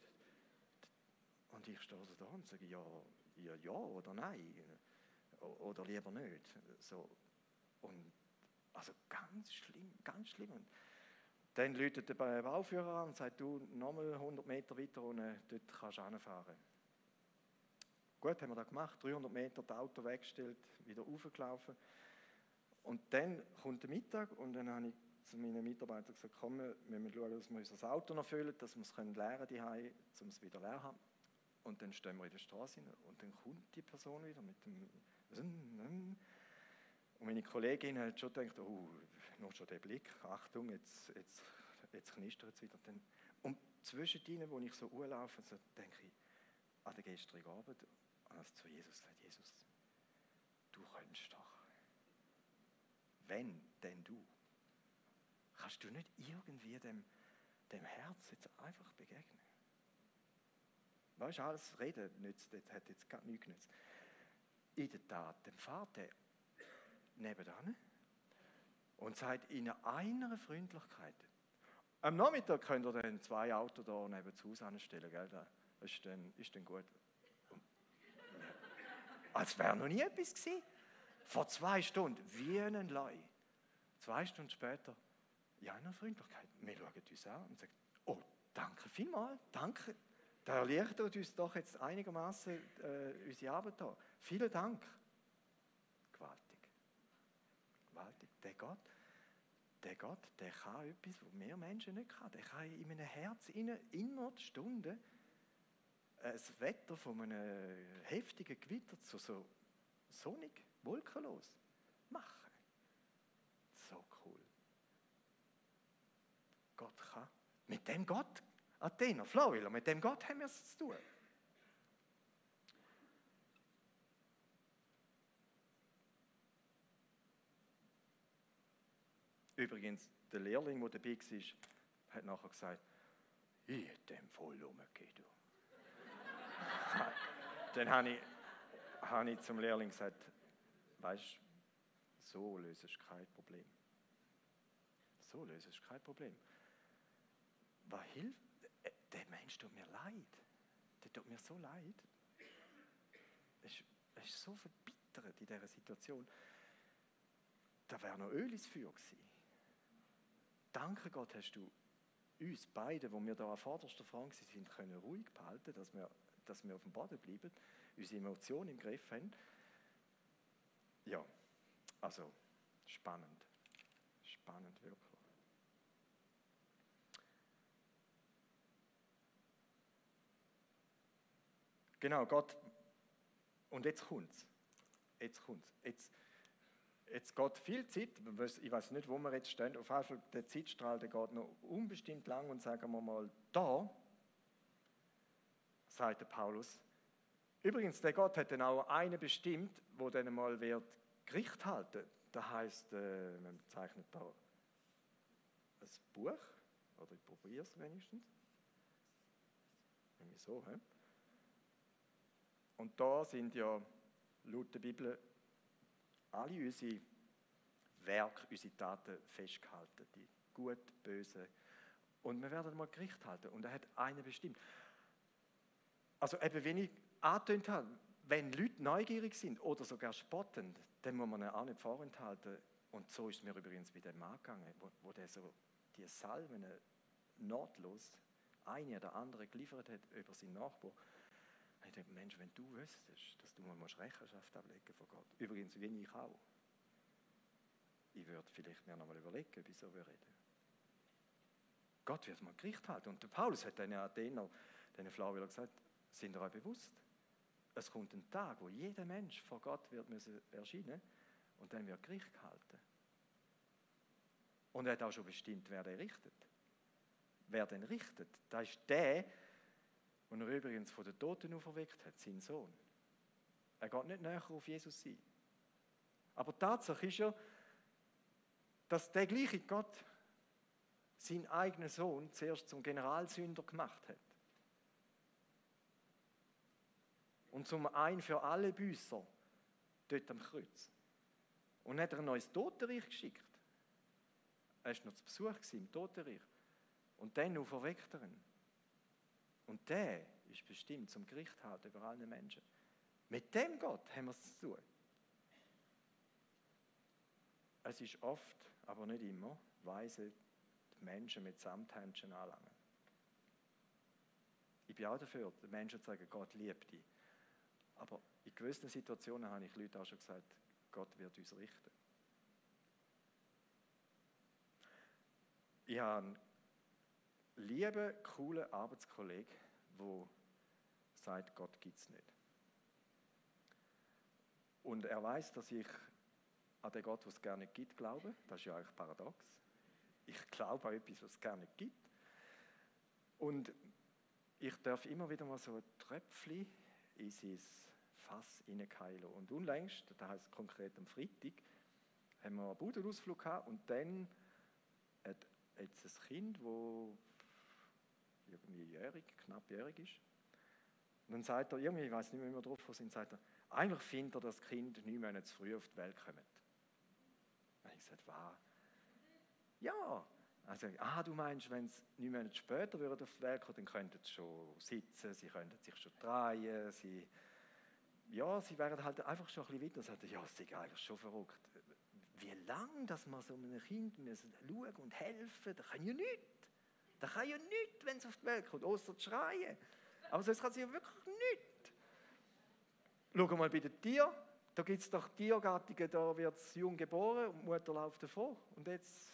und ich stehe da und sage, ja, ja, ja oder nein. Oder lieber nicht. So. Und also ganz schlimm, ganz schlimm. Und dann läutet der Bauführer an und sagt, du, nochmal hundert Meter weiter unten, dort kannst du hinfahren. Gut, haben wir das gemacht, dreihundert Meter das Auto weggestellt, wieder raufgelaufen. Und dann kommt der Mittag und dann habe ich zu meinen Mitarbeitern gesagt, komm, wir müssen schauen, dass wir unser Auto noch füllen, dass wir es leeren können, um es wieder leer zu haben. Und dann stehen wir in der Straße und dann kommt die Person wieder mit dem und meine Kollegin hat schon gedacht, oh, noch schon der Blick, Achtung, jetzt, jetzt, jetzt knistert es wieder. Und zwischen denen, wo ich so rumlaufe, so denke ich an den gestrigen Abend, als zu Jesus gesagt, Jesus, du könntest doch, wenn, denn du, kannst du nicht irgendwie dem, dem Herz jetzt einfach begegnen? Weißt du, alles Reden nützt, das hat jetzt gar nichts genützt. In der Tat, dem Vater nebenan und sagt in einer Freundlichkeit, am Nachmittag könnt ihr dann zwei Autos da neben das Haus anstellen, gell? Das ist dann, ist dann gut. Und, ja, als wäre noch nie etwas gewesen. Vor zwei Stunden, wie ein Leu. Zwei Stunden später, in einer Freundlichkeit. Wir schauen uns an und sagen, oh, danke vielmals, danke. Da erleichtert uns doch jetzt einigermaßen äh, unsere Arbeit da. Vielen Dank. Gewaltig. Gewaltig. Der Gott, der Gott, der kann etwas, was wir Menschen nicht können. Der kann in einem Herz innerhalb Stunden das Wetter von einem heftigen Gewitter zu so sonnig, wolkenlos machen. So cool. Gott kann. Mit dem Gott, Athener, Florida, mit dem Gott haben wir es zu tun. Übrigens, der Lehrling, der dabei war, hat nachher gesagt, ich hätte dem voll umgegeben. Dann habe ich, habe ich zum Lehrling gesagt, weißt du, so löst es kein Problem. So löst es kein Problem. Was hilft? Der Mensch tut mir leid. Der tut mir so leid. Er ist so verbittert in dieser Situation. Da wäre noch Öl ins Feuer gewesen. Danke Gott, hast du uns beide, wo wir da an vorderster Front sind, können ruhig behalten, dass wir, dass wir auf dem Boden bleiben, unsere Emotionen im Griff haben. Ja, also spannend. Spannend, wirklich. Genau, Gott, und jetzt kommt es. Jetzt kommt es. Jetzt, jetzt geht viel Zeit, ich weiß nicht, wo wir jetzt stehen, auf jeden Fall der Zeitstrahl, der geht noch unbestimmt lang und sagen wir mal, da, sagt der Paulus, übrigens, der Gott hat dann auch einen bestimmt, wo dann mal wird Gericht halten. Das heisst, äh, man bezeichnet da ein Buch, oder ich probiere es wenigstens. Irgendwie so, he? Und da sind ja laut der Bibel alle unsere Werke, unsere Taten festgehalten, die gut, böse. Und wir werden mal Gericht halten. Und er hat einen bestimmt. Also eben, wenn ich angetönt habe, wenn Leute neugierig sind oder sogar spottend, dann muss man ihnen auch nicht vorenthalten. Und so ist es mir übrigens bei dem Mann gegangen, wo, wo der so die Salven notlos eine oder andere geliefert hat über seinen Nachbarn. Ich denke, Mensch, wenn du wüsstest, dass du mal Rechenschaft ablegen von Gott. Übrigens, wie ich auch. Ich würde vielleicht mir noch mal überlegen, ob ich so reden würde. Gott wird mal Gericht halten. Und der Paulus hat den Athener, den Flavier gesagt, sind ihr euch bewusst? Es kommt ein Tag, wo jeder Mensch vor Gott wird müssen erscheinen und dann wird Gericht gehalten. Und er hat auch schon bestimmt, wer den richtet. Wer den richtet, das ist der, den er übrigens von den Toten auferweckt hat, sein Sohn. Er geht nicht näher auf Jesus ein. Aber die Tatsache ist ja, dass der gleiche Gott seinen eigenen Sohn zuerst zum Generalsünder gemacht hat. Und zum ein für alle Büßer dort am Kreuz. Und hat er ein neues Totenreich geschickt. Er war noch zu Besuch im Totenreich. Und dann auferweckt er ihn. Und der ist bestimmt zum Gericht halten über alle Menschen. Mit dem Gott haben wir es zu tun. Es ist oft, aber nicht immer, weise die Menschen mit Samthändchen anlangen. Ich bin auch dafür, den Menschen zu sagen, Gott liebt dich. Aber in gewissen Situationen habe ich Leute auch schon gesagt, Gott wird uns richten. Ich habe einen lieben, coolen Arbeitskollegen, der sagt, Gott gibt es nicht. Und er weiß, dass ich an den Gott, was es gar nicht gibt, glaube. Das ist ja eigentlich paradox. Ich glaube an etwas, was es gar nicht gibt. Und ich darf immer wieder mal so ein Tröpfchen in sein Fass hineinkeilen. Und unlängst, das heisst konkret am Freitag, haben wir einen Budenausflug gehabt und dann hat jetzt ein Kind, das irgendwie jährig, knapp jährig ist. Und dann sagt er, irgendwie, ich weiß nicht mehr, wie wir drauf sind, sagt er, eigentlich findet er, dass das Kind neun Monate zu früh auf die Welt kommt. Dann habe ich gesagt, was? Ja. Also, ah, du meinst, wenn es neun Monate später würde auf die Welt kommen, dann könnten sie schon sitzen, sie könnten sich schon drehen, sie, ja, sie wären halt einfach schon ein bisschen weiter. Sagt er, ja, das ist eigentlich schon verrückt. Wie lange, dass man so einem Kind müssen schauen und helfen, das kann ja nichts. Das kann ja nichts, wenn es auf die Welt kommt, außer zu schreien. Aber sonst kann sie ja wirklich nichts. Schau mal bei den Tieren, da gibt es doch Tiergattungen, da wird es jung geboren und die Mutter läuft davor. Und jetzt,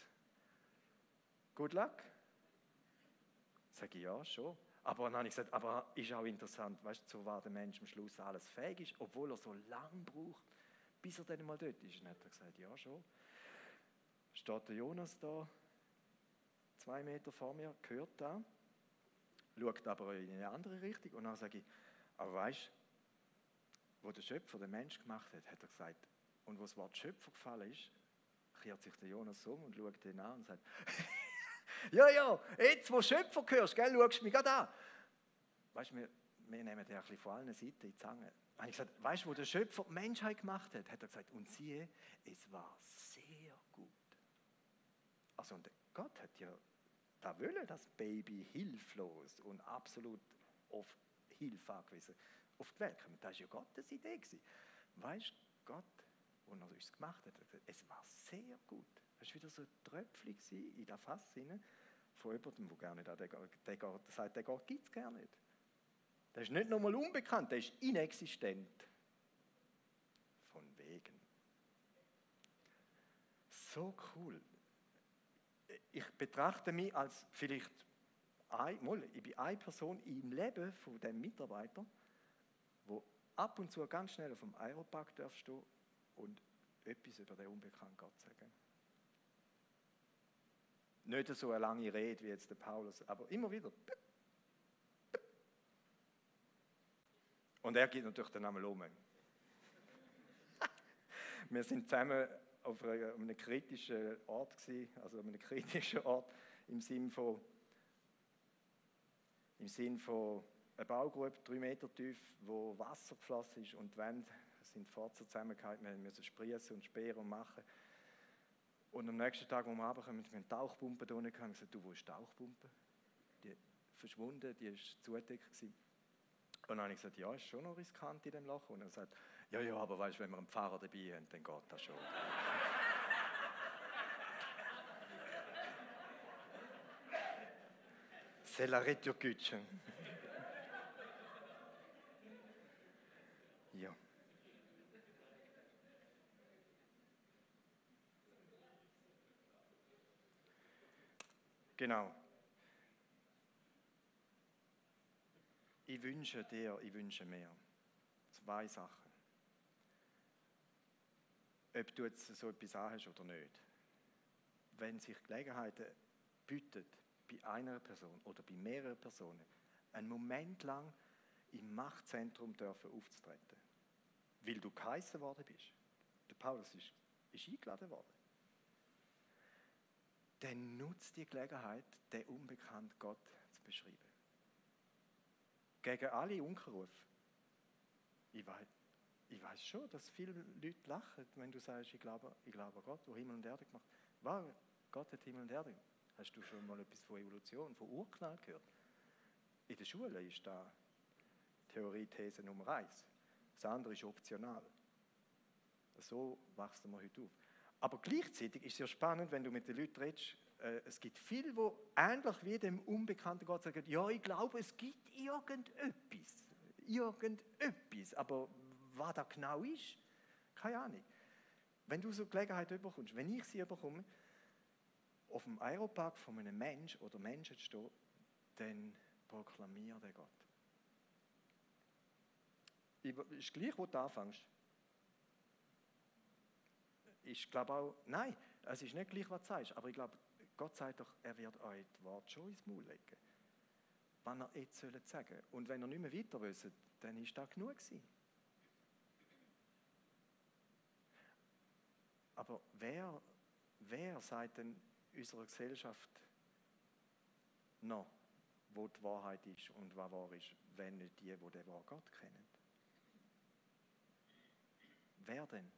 good luck. Sage ich, ja, schon. Aber dann habe ich gesagt, aber ist auch interessant, weißt du, so war der Mensch am Schluss alles fähig ist, obwohl er so lange braucht, bis er dann mal dort ist. Und dann hat er gesagt, ja, schon. Steht der Jonas da, zwei Meter vor mir, hört da, schaut aber in eine andere Richtung. Und dann sage ich, aber weißt du, wo der Schöpfer den Mensch gemacht hat, hat er gesagt, und wo das Wort Schöpfer gefallen ist, kehrt sich der Jonas um und schaut ihn an und sagt, ja, ja, jetzt, wo Schöpfer hörst, gell, schaust du mich gerade an. Weißt du, wir, wir nehmen den ein bisschen von allen Seiten in die Zange. Dann habe ich gesagt, weißt du, wo der Schöpfer die Menschheit gemacht hat, hat er gesagt, und siehe, es war sehr gut. Also, und Gott hat ja da wollen, das Baby hilflos und absolut auf Hilfe angewiesen auf die Welt kommt. Das war ja Gottes Idee. Weißt du, Gott, als er uns gemacht hat, hat gesagt, es war sehr gut. Das war wieder so ein Tröpfchen in das Fass hinein von jemandem, der gar nicht an den Gott, der Gott sagt, der Gott gibt es gar nicht. Der ist nicht nochmal unbekannt, der ist inexistent. Von wegen. So cool. Ich betrachte mich als vielleicht, ein, mal, ich bin eine Person im Leben von diesem Mitarbeiter, wo ab und zu ganz schnell auf dem Aeropark darf stehen und etwas über den unbekannten Gott sagen. Nicht so eine lange Rede wie jetzt der Paulus, aber immer wieder. Und er geht natürlich dann einmal um. Wir sind zusammen auf einem kritischen Ort gewesen, also einem kritischen Ort im Sinn von, im Sinn von einer Baugrube, drei Meter tief, wo Wasser geflossen ist und die Wände sind die Forzen zusammengehalten, wir mussten sprießen und sperren und machen. Und am nächsten Tag, als wir runterkommen, haben wir eine Tauchpumpe da unten gehabt und gesagt, du, wo ist die Tauchpumpe? Die verschwunden, die war zugedeckt gewesen. Und dann habe ich gesagt, ja, ist schon noch riskant in dem Loch. Und er sagt, ja, ja, aber weißt, wenn wir einen Pfarrer dabei haben, dann geht das schon. C'est la rétorque. Ja. Genau. Ich wünsche dir, ich wünsche mir zwei Sachen. Ob du jetzt so etwas anhast oder nicht. Wenn sich Gelegenheiten bieten, bei einer Person oder bei mehreren Personen, einen Moment lang im Machtzentrum dürfen aufzutreten, weil du geheissen worden bist. Der Paulus ist, ist eingeladen worden. Dann nutzt die Gelegenheit, den unbekannten Gott zu beschreiben. Gegen alle Unkenrufe. Ich weiß, ich weiß schon, dass viele Leute lachen, wenn du sagst, ich glaube, ich glaube an Gott, der Himmel und Erde gemacht hat. Wow, Gott hat Himmel und Erde gemacht. Hast du schon mal etwas von Evolution, von Urknall gehört? In der Schule ist da Theorie-These Nummer eins. Das andere ist optional. So wachsen wir heute auf. Aber gleichzeitig ist es ja spannend, wenn du mit den Leuten redest, äh, es gibt viele, die ähnlich wie dem unbekannten Gott sagen, ja, ich glaube, es gibt irgendetwas. Irgendetwas. Aber was da genau ist, keine Ahnung. Wenn du so Gelegenheit bekommst, wenn ich sie bekomme, auf dem Aeropark von einem Menschen oder Menschen zu stehen, dann proklamiere den Gott. Ist gleich, wo du anfängst. Ich glaube auch, nein, es ist nicht gleich, was du sagst, aber ich glaube, Gott sagt doch, er wird euch das Wort schon ins Maul legen. Wenn er jetzt sagen soll. Und wenn er nicht mehr weiter wisst, dann ist das genug gewesen. Aber wer, wer sagt denn unserer Gesellschaft noch, wo die Wahrheit ist und was wahr ist, wenn nicht die, die den wahren Gott kennen? Wer denn?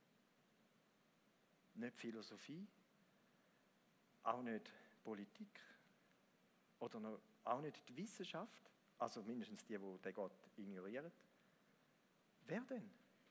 Nicht Philosophie, auch nicht Politik oder noch, auch nicht die Wissenschaft, also mindestens die, die den Gott ignorieren. Wer denn?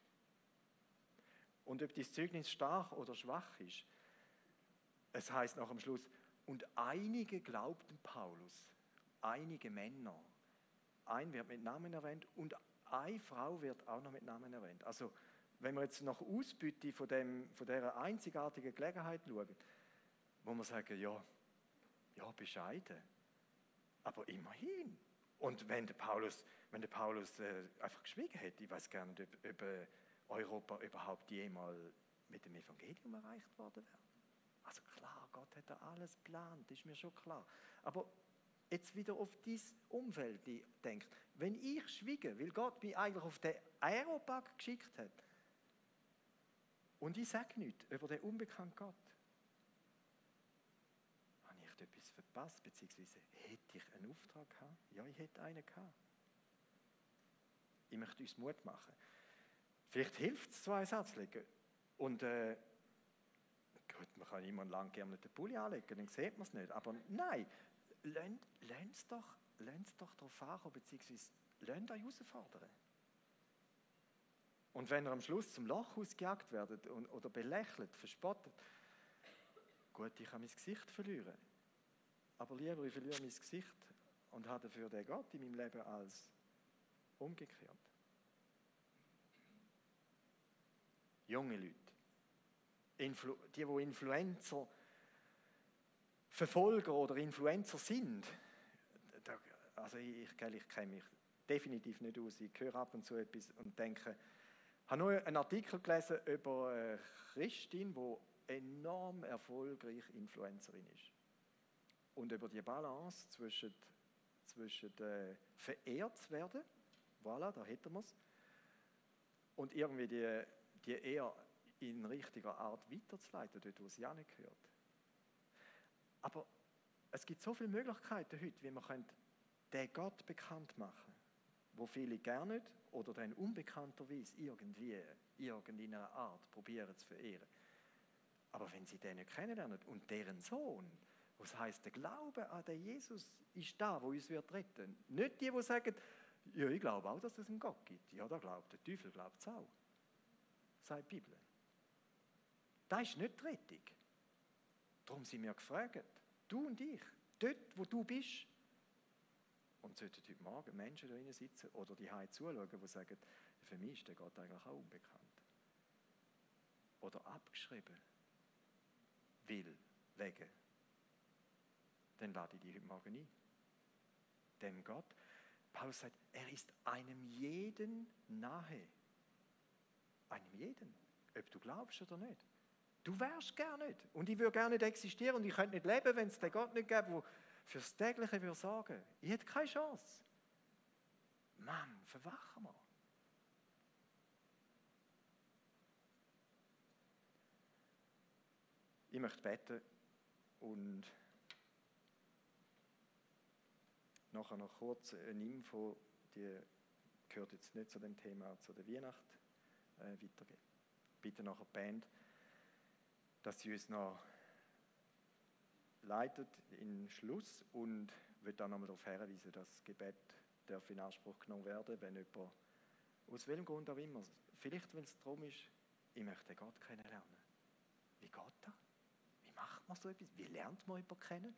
Und ob das Zeugnis stark oder schwach ist, es heißt nach dem Schluss, und einige glaubten Paulus, einige Männer, ein wird mit Namen erwähnt und eine Frau wird auch noch mit Namen erwähnt. Also wenn wir jetzt nach Ausbeute von, dem, von dieser einzigartigen Gelegenheit schauen, wo wir sagen, ja, ja, bescheiden, aber immerhin. Und wenn der Paulus, wenn der Paulus äh, einfach geschwiegen hätte, ich weiß gar nicht, ob, ob äh, Europa überhaupt jemals mit dem Evangelium erreicht worden wäre. Also klar, Gott hat da alles geplant, ist mir schon klar. Aber jetzt wieder auf dieses Umfeld denkt, wenn ich schwiege, weil Gott mich eigentlich auf den Aeropark geschickt hat, und ich sage nichts über den unbekannten Gott, habe ich etwas verpasst, beziehungsweise hätte ich einen Auftrag gehabt? Ja, ich hätte einen gehabt. Ich möchte uns Mut machen. Vielleicht hilft es, zwei Sätze legen. Und äh, gut, man kann immer einen langgeärmelten Pulli anlegen, dann sieht man es nicht. Aber nein, lasst es doch, doch darauf ankommen, beziehungsweise lasst euch herausfordern. Und wenn ihr am Schluss zum Loch ausgejagt werdet und, oder belächelt, verspottet, gut, ich kann mein Gesicht verlieren. Aber lieber, ich verliere mein Gesicht und habe dafür den Gott in meinem Leben als umgekehrt. Junge Leute, Influ- die, die Influencer verfolgen oder Influencer sind, da, also ich, ich, ich kenne mich definitiv nicht aus. Ich höre ab und zu etwas und denke, ich habe nur einen Artikel gelesen über eine Christin, die enorm erfolgreich Influencerin ist. Und über die Balance zwischen, zwischen äh, verehrt zu werden, voilà, da hätten wir es, und irgendwie die, die eher in richtiger Art weiterzuleiten, dort wo sie auch nicht gehört. Aber es gibt so viele Möglichkeiten heute, wie man den Gott bekannt machen kann. wo viele gerne nicht oder dann unbekannterweise irgendwie, irgendeiner Art probieren zu verehren. Aber wenn sie den nicht kennenlernen und deren Sohn, was heisst, der Glaube an den Jesus ist da, wo uns wird retten. Nicht die, die sagen, ja, ich glaube auch, dass es einen Gott gibt. Ja, da glaubt der Teufel, glaubt es auch. Sagt die Bibel. Das ist nicht die Rettung. Darum sind wir gefragt, du und ich, dort, wo du bist. Und sollten heute Morgen Menschen da drinnen sitzen oder die Hause zuschauen, die sagen, für mich ist der Gott eigentlich auch unbekannt. Oder abgeschrieben. Will, wegen. Dann lade ich dich heute Morgen ein. Dem Gott, Paulus sagt, er ist einem jeden nahe. Einem jeden. Ob du glaubst oder nicht. Du wärst gar nicht. Und ich würde gar nicht existieren und ich könnte nicht leben, wenn es den Gott nicht gäbe, der fürs Tägliche würde sorgen. Ich hätte keine Chance. Mann, verwachen wir. Ich möchte beten und nachher noch kurz eine Info, die gehört jetzt nicht zu dem Thema, zu der Weihnacht, äh, weitergeben. Bitte nachher die Band, dass sie uns noch leitet in Schluss und will dann nochmal darauf hinweisen, dass das Gebet darf in Anspruch genommen werden, wenn jemand, aus welchem Grund auch immer, vielleicht wenn es darum ist, ich möchte Gott kennenlernen. Wie geht das? Wie macht man so etwas? Wie lernt man jemanden kennen?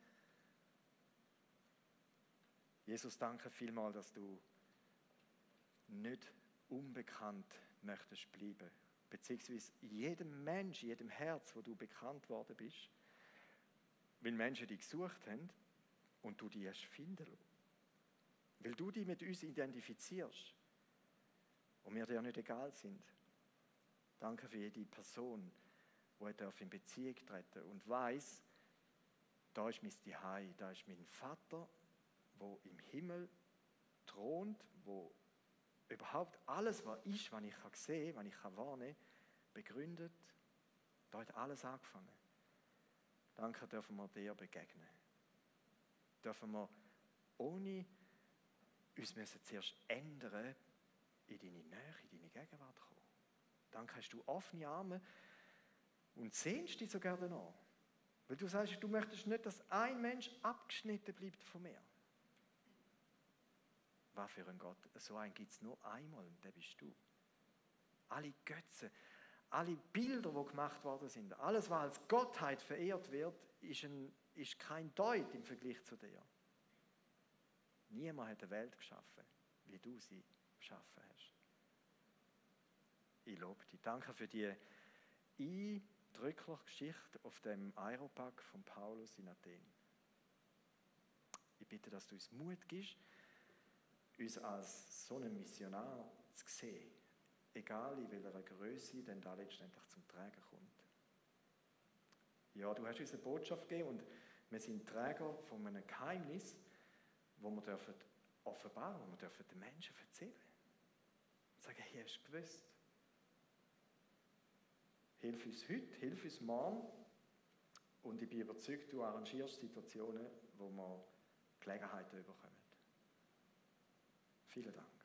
Jesus, danke vielmals, dass du nicht unbekannt möchtest bleiben, beziehungsweise jedem Mensch, jedem Herz, wo du bekannt worden bist, weil Menschen dich gesucht haben und du die erst finden lassen. Weil du dich mit uns identifizierst und wir dir nicht egal sind. Danke für jede Person, die in Beziehung treten darf und weiss, da ist mein Zuhause, da ist mein Vater, wo im Himmel thront, wo überhaupt alles, was ist, was ich sehen kann, was ich wahrnehmen kann, begründet. Da hat alles angefangen. Danke, dürfen wir dir begegnen. Dürfen wir ohne uns müssen zuerst ändern, in deine Nähe, in deine Gegenwart kommen. Danke, hast du offene Arme und sehnst dich sogar danach. Weil du sagst, du möchtest nicht, dass ein Mensch abgeschnitten bleibt von mir. Was für ein Gott? So einen gibt es nur einmal und der bist du. Alle Götzen, alle Bilder, die gemacht worden sind, alles, was als Gottheit verehrt wird, ist, ein, ist kein Deut im Vergleich zu dir. Niemand hat eine Welt geschaffen, wie du sie geschaffen hast. Ich lobe dich. Danke für die eindrückliche Geschichte auf dem Aeropag von Paulus in Athen. Ich bitte, dass du uns Mut gibst, uns als so einen Missionar zu sehen, egal in welcher Größe denn da letztendlich zum Tragen kommt. Ja, du hast uns eine Botschaft gegeben und wir sind Träger von einem Geheimnis, wo wir dürfen offenbaren, wo wir dürfen den Menschen erzählen. Sagen, hey, hast du gewusst? Hilf uns heute, hilf uns morgen und ich bin überzeugt, du arrangierst Situationen, wo wir Gelegenheiten bekommen. Vielen Dank.